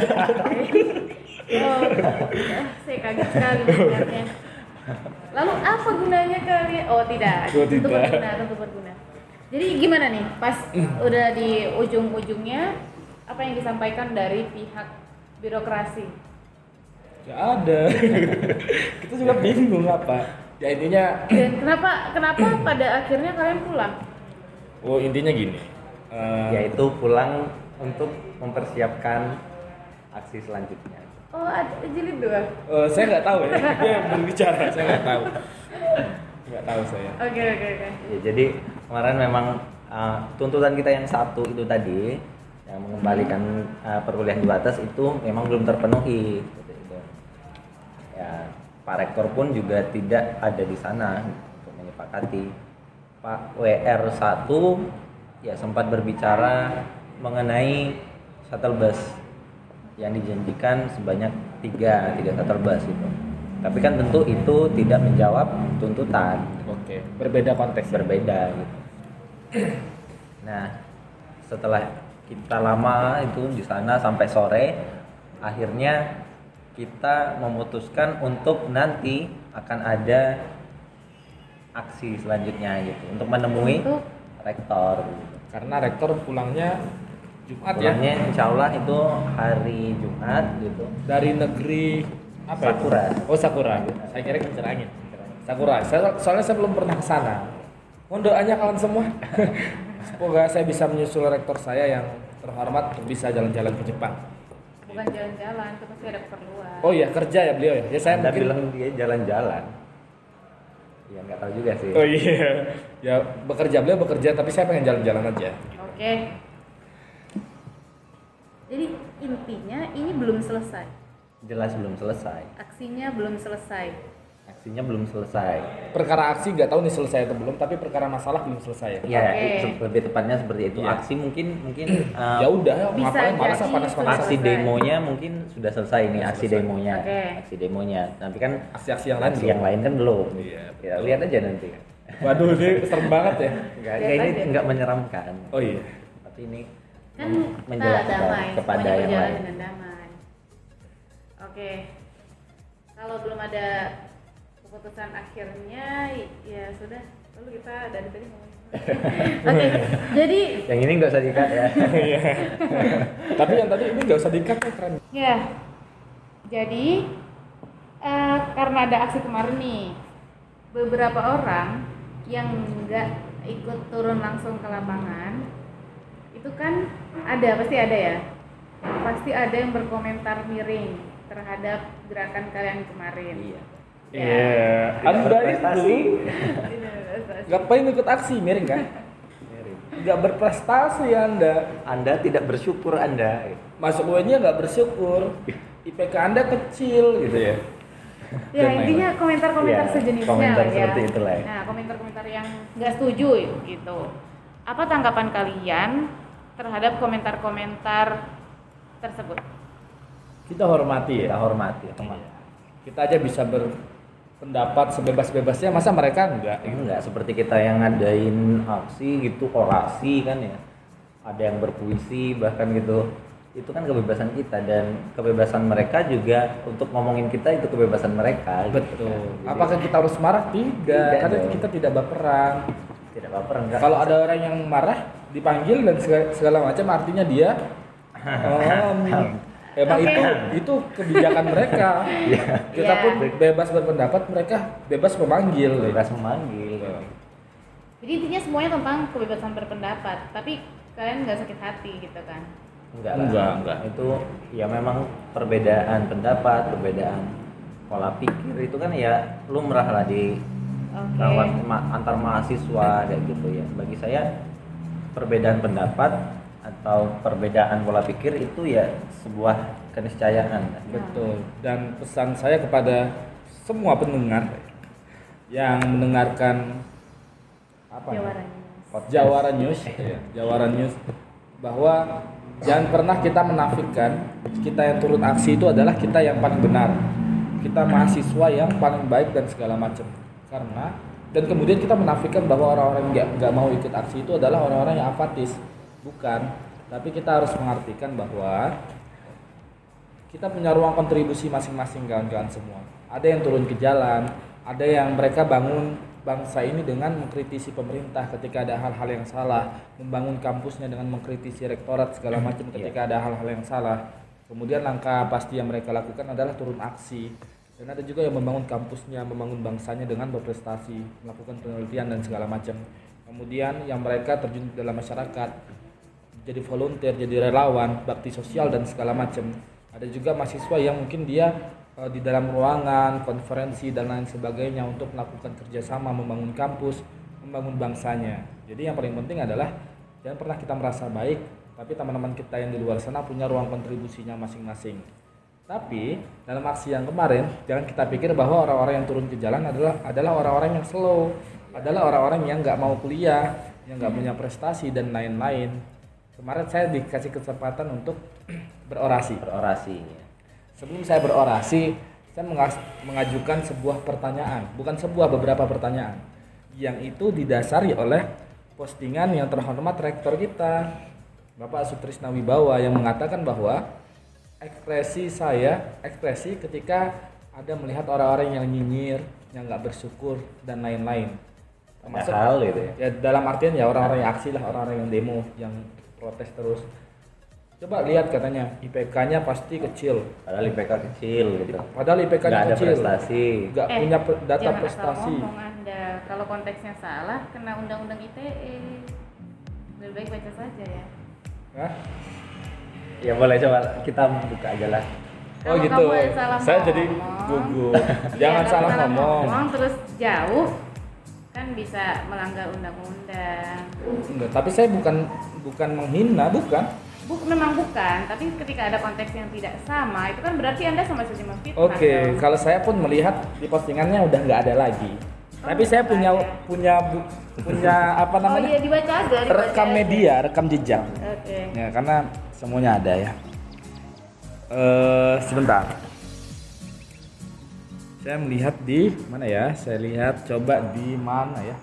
Saya kaget sekali mendengarnya. Lalu apa gunanya kalian? Oh tidak, tentu berguna. Jadi gimana nih pas udah di ujung-ujungnya apa yang disampaikan dari pihak birokrasi? Gak ada. Kita juga bingung apa. Ya intinya. Dan kenapa pada akhirnya kalian pulang? Oh intinya gini. Yaitu pulang untuk mempersiapkan aksi selanjutnya. Oh ada jilid 2? Saya nggak tahu ya. Dia berbicara, saya nggak tahu. Nggak tahu saya. Oke. Ya, jadi kemarin memang tuntutan kita yang satu itu tadi yang mengembalikan perkuliahan di batas itu memang belum terpenuhi. Ya, Pak Rektor pun juga tidak ada di sana untuk menyepakati. Pak WR1 ya sempat berbicara mengenai shuttle bus yang dijanjikan sebanyak 3 shuttle bus itu. Tapi kan tentu itu tidak menjawab tuntutan. Oke, berbeda konteks. Berbeda gitu. Nah, setelah kita lama itu di sana sampai sore, akhirnya kita memutuskan untuk nanti akan ada aksi selanjutnya gitu untuk menemui rektor gitu. Karena rektor pulangnya Jumat pulangnya ya. Insya Allah itu hari Jumat gitu. Dari negeri apa? Sakura. Itu? Oh Sakura. Saya kira Kincir Angin. Sakura. Soalnya saya belum pernah ke sana. Mohon doanya kalian semua. Semoga saya bisa menyusul rektor saya yang terhormat untuk bisa jalan-jalan ke Jepang. Bukan jalan-jalan, itu pasti ada keperluan. Oh iya, kerja ya beliau ya. Ya saya Anda mungkin bilang dia jalan-jalan. Ya nggak tahu juga sih. Oh iya. Ya beliau bekerja tapi saya pengen jalan-jalan aja. Oke. Jadi intinya ini belum selesai. Jelas belum selesai. Aksinya belum selesai. Aksinya belum selesai. Perkara aksi nggak tahu nih selesai atau belum, tapi perkara masalah belum selesai ya. Ya, Oke. lebih tepatnya seperti itu. Iya. Aksi mungkin Ya udah, bisa ngapain malas jadi panas-panas. aksi selesai. demonya mungkin sudah selesai nih Sudah aksi selesai. demonya. Oke. Aksi demonya. Tapi kan Aksi-aksi yang lain aksi belum. yang lain kan belum. Iya, Ya, lihat aja nanti. Waduh, ini serem banget ya. Enggak, Lihat ini aja. enggak menyeramkan. Oh iya. Tapi ini Kan kita menjelaskan damai, kepada semuanya yang berjalan lain. dengan damai. Oke. Kalau belum ada keputusan akhirnya, ya sudah. Lalu kita dari tadi ngomong. Oke. Jadi Yang ini enggak usah dikat ya. Iya. Tapi yang tadi ini nggak usah diikat ya, keren. ya. Jadi karena ada aksi kemarin nih, beberapa orang yang nggak ikut turun langsung ke lapangan itu kan pasti ada ya, pasti ada yang berkomentar miring terhadap gerakan kalian kemarin. Iya. Iya. Anda Berprestasi. itu ngapain ikut aksi miring kan? Nggak berprestasi Anda. Anda tidak bersyukur Anda. Masuk UN-nya nggak bersyukur. IPK Anda kecil gitu ya. Ya Dan intinya komentar-komentar Iya, sejenisnya komentar lah ya. seperti itulah ya. Nah komentar-komentar yang nggak setuju gitu. Apa tanggapan kalian terhadap komentar-komentar tersebut? Kita hormati Kita ya. hormati. Kita aja bisa berpendapat sebebas-bebasnya, masa mereka enggak? Enggak seperti kita yang ngadain aksi gitu, orasi kan ya. Ada yang berpuisi bahkan gitu. itu kan kebebasan kita, dan kebebasan mereka juga untuk ngomongin kita itu kebebasan mereka. Betul. Gitu kan. Jadi, Apakah kita harus marah? Tidak, karena dong. kita tidak baperan. Tidak baper enggak. Kalau ada orang yang marah dipanggil dan segala macam, artinya dia emang itu kebijakan mereka. Kita pun bebas berpendapat, mereka bebas memanggil. Bebas memanggil. Jadi intinya semuanya tentang kebebasan berpendapat, tapi kalian nggak sakit hati gitu kan? Enggak. Itu ya memang perbedaan pendapat, perbedaan pola pikir itu kan ya lumrah lah di antar mahasiswa kayak gitu ya. Bagi saya perbedaan pendapat atau perbedaan pola pikir itu ya sebuah keniscayaan. Betul. Dan pesan saya kepada semua pendengar yang mendengarkan Jawara News, Jawara News, bahwa jangan pernah kita menafikan kita yang turun aksi itu adalah kita yang paling benar, kita mahasiswa yang paling baik dan segala macam. Karena dan kemudian kita menafikan bahwa orang-orang yang nggak mau ikut aksi itu adalah orang-orang yang apatis. Bukan, tapi kita harus mengartikan bahwa kita punya ruang kontribusi masing-masing, kawan-kawan semua. Ada yang turun ke jalan, ada yang mereka bangun bangsa ini dengan mengkritisi pemerintah ketika ada hal-hal yang salah, membangun kampusnya dengan mengkritisi rektorat segala macam ketika ada hal-hal yang salah. Kemudian langkah pasti yang mereka lakukan adalah turun aksi. Dan ada juga yang membangun kampusnya, membangun bangsanya dengan berprestasi, melakukan penelitian dan segala macam. Kemudian yang mereka terjun dalam masyarakat, jadi volunteer, jadi relawan, bakti sosial dan segala macam. Ada juga mahasiswa yang mungkin dia di dalam ruangan, konferensi dan lain sebagainya untuk melakukan kerjasama, membangun kampus, membangun bangsanya. Jadi yang paling penting adalah jangan pernah kita merasa baik, tapi teman-teman kita yang di luar sana punya ruang kontribusinya masing-masing. Tapi dalam aksi yang kemarin, jangan kita pikir bahwa orang-orang yang turun ke jalan adalah orang-orang yang slow, adalah orang-orang yang nggak mau kuliah, yang nggak punya prestasi dan lain-lain. Kemarin saya dikasih kesempatan untuk berorasi. Sebelum saya berorasi, saya mengajukan sebuah pertanyaan, bukan beberapa pertanyaan, yang itu didasari oleh postingan yang terhormat rektor kita, Bapak Sutrisna Wibawa, yang mengatakan bahwa ekspresi ketika ada melihat orang-orang yang nyinyir, yang nggak bersyukur dan lain-lain. Termasuk hal gitu ya dalam artian ya orang-orang yang aksi lah, orang-orang yang demo, yang protes terus. Coba lihat katanya IPK-nya pasti kecil. Padahal IPK kecil gitu. Padahal IPK-nya kecil. Gak ada prestasi. Gak punya data jangan prestasi. Jangan ngomong Anda. Kalau konteksnya salah, kena undang-undang ITE. Lebih baik baca saja ya. Hah? Ya boleh, coba kita buka aja lah. Oh gitu. Saya jadi gugup. Jangan salah ngomong. Terus jauh kan bisa melanggar undang-undang. Enggak, tapi saya bukan menghina, bukan. Memang bukan, tapi ketika ada konteks yang tidak sama, itu kan berarti Anda sama saja memfitnah. Oke, kalau saya pun melihat di postingannya udah nggak ada lagi. Tapi saya punya apa namanya? Oh iya, dibaca aja. Rekam media, rekam jejak. Oke. Ya, karena semuanya ada ya. Sebentar. Saya melihat di mana ya? Saya lihat coba di mana ya?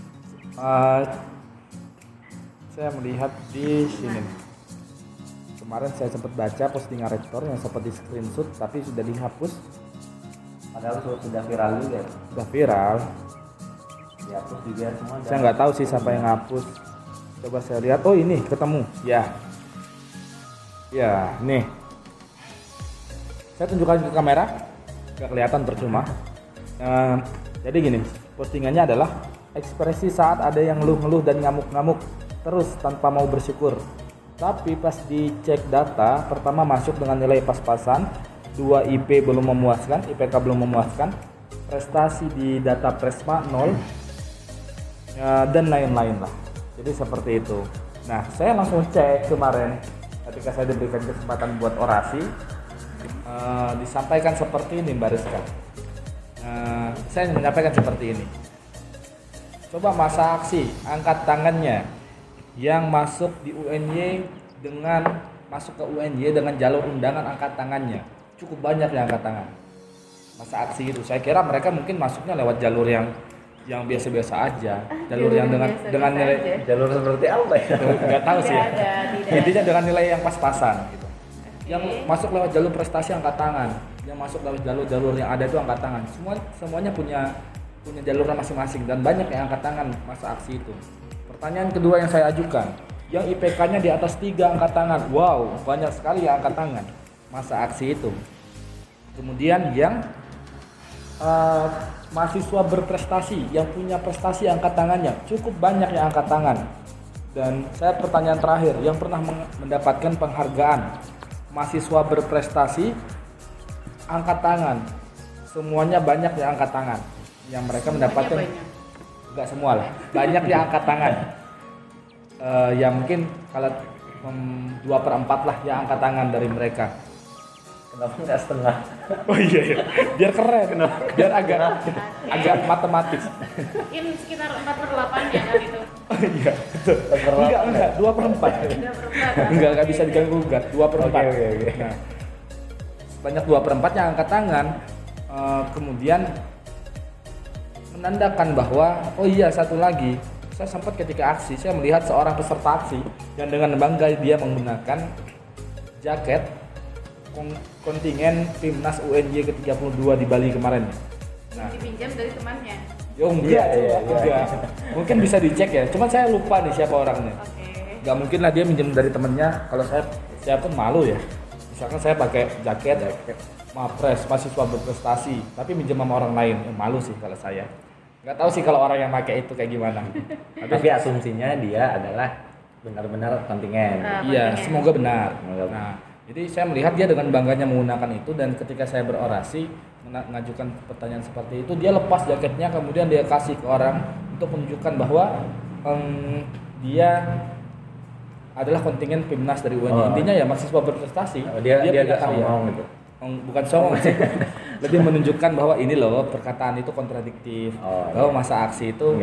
Saya melihat di sini. Kemarin saya sempat baca postingan rektor yang sempat di screenshot tapi sudah dihapus. Padahal sudah viral juga. Sudah viral. Dihapus juga semua. Saya nggak tahu sih siapa yang ngapus. Coba saya lihat. Oh ini ketemu. Ya. Ya, nih. Saya tunjukkan ke kamera. Nggak kelihatan percuma. Jadi gini, postingannya adalah ekspresi saat ada yang ngeluh-ngeluh dan ngamuk-ngamuk terus tanpa mau bersyukur. Tapi pas dicek data, pertama masuk dengan nilai pas-pasan, 2 IP belum memuaskan, IPK belum memuaskan, prestasi di data Presma 0, dan lain-lain lah. Jadi seperti itu. Nah, saya langsung cek kemarin ketika saya diberikan kesempatan buat orasi, disampaikan seperti ini Mbak Rizka. Saya menyampaikan seperti ini. Coba masa aksi, angkat tangannya yang masuk di UNY masuk ke UNY dengan jalur undangan, angkat tangannya. Cukup banyak yang angkat tangan. Masa aksi itu saya kira mereka mungkin masuknya lewat jalur yang biasa-biasa aja, jalur yang dengan nilai jalur seperti apa ya? Enggak tahu sih. Intinya dengan nilai yang pas-pasan gitu. Yang masuk lewat jalur prestasi angkat tangan, yang masuk lewat jalur yang ada itu angkat tangan. Semuanya punya jalurnya masing-masing dan banyak yang angkat tangan masa aksi itu. Pertanyaan kedua yang saya ajukan, yang IPK-nya di atas 3 angkat tangan. Wow, banyak sekali yang angkat tangan masa aksi itu. Kemudian yang mahasiswa berprestasi, yang punya prestasi angkat tangannya, cukup banyak yang angkat tangan. Dan saya pertanyaan terakhir, yang pernah mendapatkan penghargaan mahasiswa berprestasi angkat tangan. Semuanya banyak yang angkat tangan. Yang mereka mendapatkan enggak semua lah, banyak yang angkat tangan. Ya mungkin kalau 2/4 lah yang angkat tangan dari mereka. Kenapa nggak setengah? Oh iya, biar keren, biar agak matematis. Mungkin sekitar 4/8 ya kan itu. Oh iya, betul. Enggak, 2/4. Enggak bisa diganggu gugat, 2/4. Oke. Nah, banyak 2/4 yang angkat tangan, kemudian menandakan bahwa oh iya, satu lagi, saya sempat ketika aksi saya melihat seorang peserta aksi yang dengan bangga dia menggunakan jaket kontingen timnas UNY ke-32 di Bali kemarin. Nah, dipinjam dari temannya. Yo enggak. Mungkin bisa dicek ya. Cuma saya lupa nih siapa orangnya. Oke. Enggak mungkin lah dia minjem dari temennya. Kalau saya pun malu ya. Misalkan saya pakai jaket Mapres, mahasiswa berprestasi, tapi minjem sama orang lain. Malu sih kalau saya. Nggak tahu sih kalau orang yang pakai itu kayak gimana. Tapi asumsinya dia adalah benar-benar kontingen. Iya, semoga benar. Nah, jadi saya melihat dia dengan bangganya menggunakan itu, dan ketika saya berorasi mengajukan pertanyaan seperti itu, dia lepas jaketnya kemudian dia kasih ke orang untuk menunjukkan bahwa dia adalah kontingen timnas dari UNY. Intinya ya mahasiswa berprestasi. Dia punya agak karya. sombong gitu. Bukan sombong sih. Lebih menunjukkan bahwa ini loh perkataan itu kontradiktif. Bahwa masa aksi itu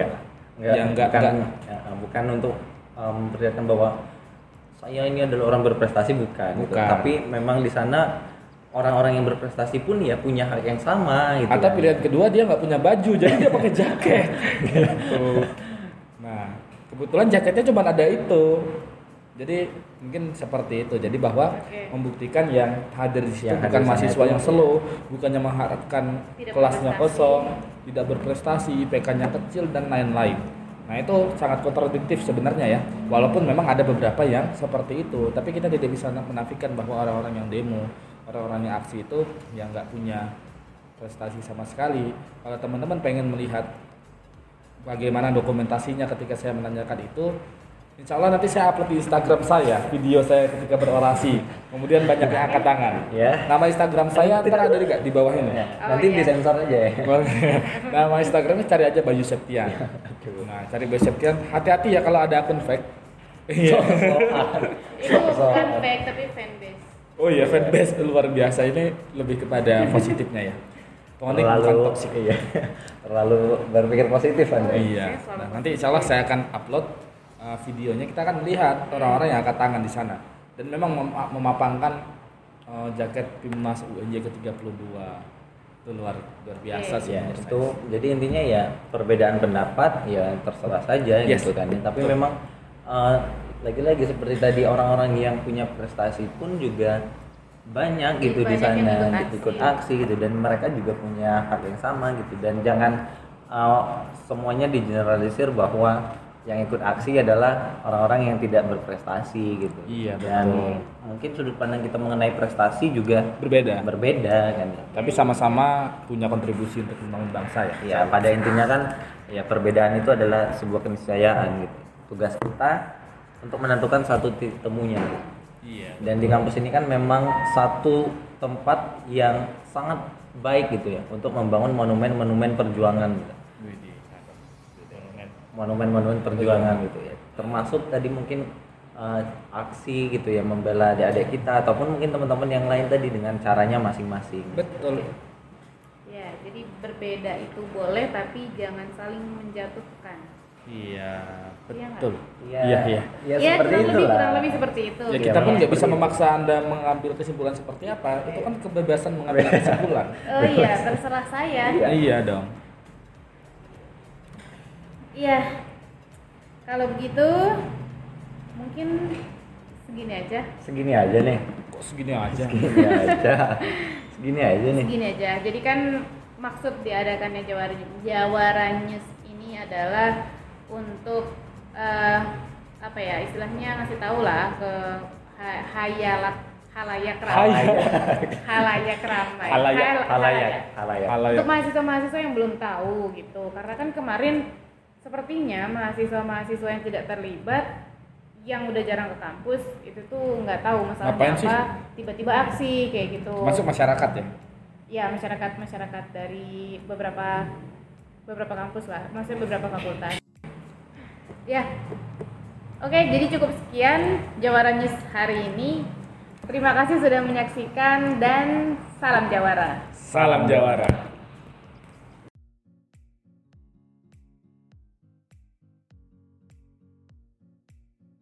bukan untuk memperlihatkan bahwa saya ini adalah orang berprestasi, bukan. Gitu. Tapi memang di sana orang-orang yang berprestasi pun ya punya hak yang sama gitu. Atau pilihan kedua dia nggak punya baju, jadi dia pakai jaket. Gitu. Nah, kebetulan jaketnya cuma ada itu. Jadi mungkin seperti itu. Jadi bahwa membuktikan yang hadir di situ bukan mahasiswa yang slow, bukannya mengharapkan kelasnya kosong, tidak berprestasi, IPK-nya kecil dan lain-lain. Nah, itu sangat kontradiktif sebenarnya ya. Walaupun memang ada beberapa yang seperti itu, tapi kita tidak bisa menafikan bahwa orang-orang yang demo, orang-orang yang aksi itu yang nggak punya prestasi sama sekali. Kalau teman-teman pengen melihat bagaimana dokumentasinya ketika saya menanyakan itu, insya Allah nanti saya upload di Instagram saya video saya ketika berorasi, kemudian banyak yang angkat tangan. Ya. Nama Instagram saya ntar ada nggak di bawah ini? Nanti disensor aja ya. Nama Instagramnya cari aja Bayu Septian. Nah, cari Bayu Septian. Hati-hati ya kalau ada akun fake. Itu bukan fake tapi fanbase. Oh iya, fanbase luar biasa, ini lebih kepada positifnya ya. Pokoknya bukan toksik. Iya. Terlalu berpikir positif Anda. Iya. Nah, nanti insya Allah saya akan upload videonya, kita akan melihat orang-orang yang angkat tangan di sana dan memang memapangkan jaket timnas UNY ke-32. Itu luar biasa sih. Ya, itu jadi intinya ya perbedaan pendapat ya terserah saja gitu kan. Tapi memang lagi-lagi seperti tadi orang-orang yang punya prestasi pun juga banyak gitu di sana ikut aksi gitu, dan mereka juga punya hak yang sama gitu, dan jangan semuanya digeneralisir bahwa yang ikut aksi adalah orang-orang yang tidak berprestasi gitu. Iya, dan betul. mungkin sudut pandang kita mengenai prestasi juga berbeda kan ya. Tapi sama-sama punya kontribusi untuk membangun bangsa ya. Ya, pada intinya kan ya perbedaan itu adalah sebuah keniscayaan gitu. Tugas kita untuk menentukan satu titik temunya gitu. Iya. Dan di kampus ini kan memang satu tempat yang sangat baik gitu ya untuk membangun monumen-monumen perjuangan gitu. Monumen-monumen perjuangan gitu ya, termasuk tadi mungkin aksi gitu ya, membela adik-adik kita ataupun mungkin teman-teman yang lain tadi dengan caranya masing-masing. Betul. Ya, jadi berbeda itu boleh tapi jangan saling menjatuhkan. Iya, Iya betul. Ya, seperti kurang lebih seperti itu. Ya, kita pun nggak bisa memaksa Anda mengambil kesimpulan seperti apa. Itu kan kebebasan mengambil kesimpulan. Oh iya, terserah saya. Iya dong. Iya. Kalau begitu mungkin segini aja. Segini aja nih. segini aja. Segini aja nih. Segini aja. Jadi kan maksud diadakannya Jawara News ini adalah untuk apa ya, istilahnya ngasih tahu lah ke halayak ramai. Untuk mahasiswa-mahasiswa yang belum tahu gitu. Karena kan kemarin sepertinya mahasiswa-mahasiswa yang tidak terlibat, yang udah jarang ke kampus itu tuh nggak tahu masalahnya apa, tiba-tiba aksi kayak gitu. Masuk masyarakat ya? Ya, masyarakat dari beberapa kampus lah, maksudnya beberapa fakultas. Ya, oke, jadi cukup sekian Jawara News hari ini. Terima kasih sudah menyaksikan dan salam Jawara. Salam Jawara.